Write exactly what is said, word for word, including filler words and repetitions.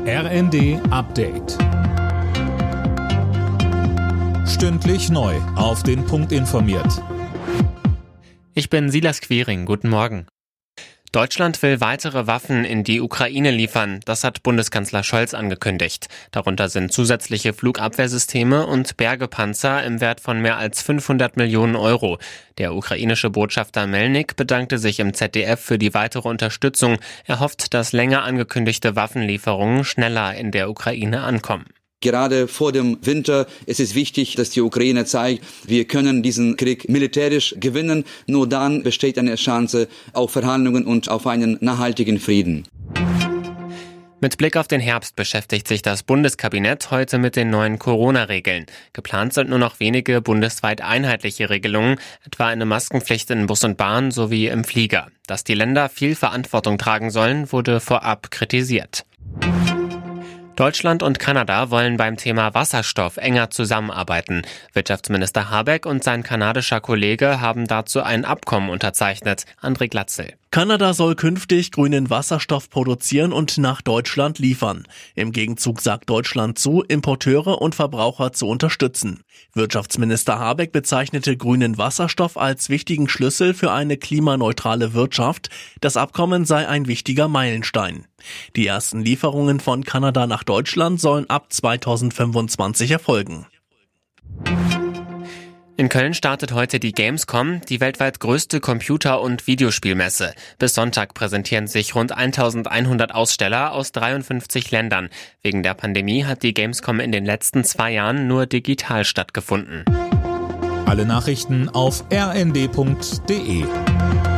R N D Update. Stündlich neu auf den Punkt informiert. Ich bin Silas Quiring, guten Morgen. Deutschland will weitere Waffen in die Ukraine liefern, das hat Bundeskanzler Scholz angekündigt. Darunter sind zusätzliche Flugabwehrsysteme und Bergepanzer im Wert von mehr als fünfhundert Millionen Euro. Der ukrainische Botschafter Melnik bedankte sich im Z D F für die weitere Unterstützung. Er hofft, dass länger angekündigte Waffenlieferungen schneller in der Ukraine ankommen. Gerade vor dem Winter ist es wichtig, dass die Ukraine zeigt, wir können diesen Krieg militärisch gewinnen. Nur dann besteht eine Chance auf Verhandlungen und auf einen nachhaltigen Frieden. Mit Blick auf den Herbst beschäftigt sich das Bundeskabinett heute mit den neuen Corona-Regeln. Geplant sind nur noch wenige bundesweit einheitliche Regelungen, etwa eine Maskenpflicht in Bus und Bahn sowie im Flieger. Dass die Länder viel Verantwortung tragen sollen, wurde vorab kritisiert. Deutschland und Kanada wollen beim Thema Wasserstoff enger zusammenarbeiten. Wirtschaftsminister Habeck und sein kanadischer Kollege haben dazu ein Abkommen unterzeichnet. André Glatzel. Kanada soll künftig grünen Wasserstoff produzieren und nach Deutschland liefern. Im Gegenzug sagt Deutschland zu, Importeure und Verbraucher zu unterstützen. Wirtschaftsminister Habeck bezeichnete grünen Wasserstoff als wichtigen Schlüssel für eine klimaneutrale Wirtschaft. Das Abkommen sei ein wichtiger Meilenstein. Die ersten Lieferungen von Kanada nach Deutschland sollen ab zweitausendfünfundzwanzig erfolgen. In Köln startet heute die Gamescom, die weltweit größte Computer- und Videospielmesse. Bis Sonntag präsentieren sich rund eintausendeinhundert Aussteller aus dreiundfünfzig Ländern. Wegen der Pandemie hat die Gamescom in den letzten zwei Jahren nur digital stattgefunden. Alle Nachrichten auf r n d punkt d e.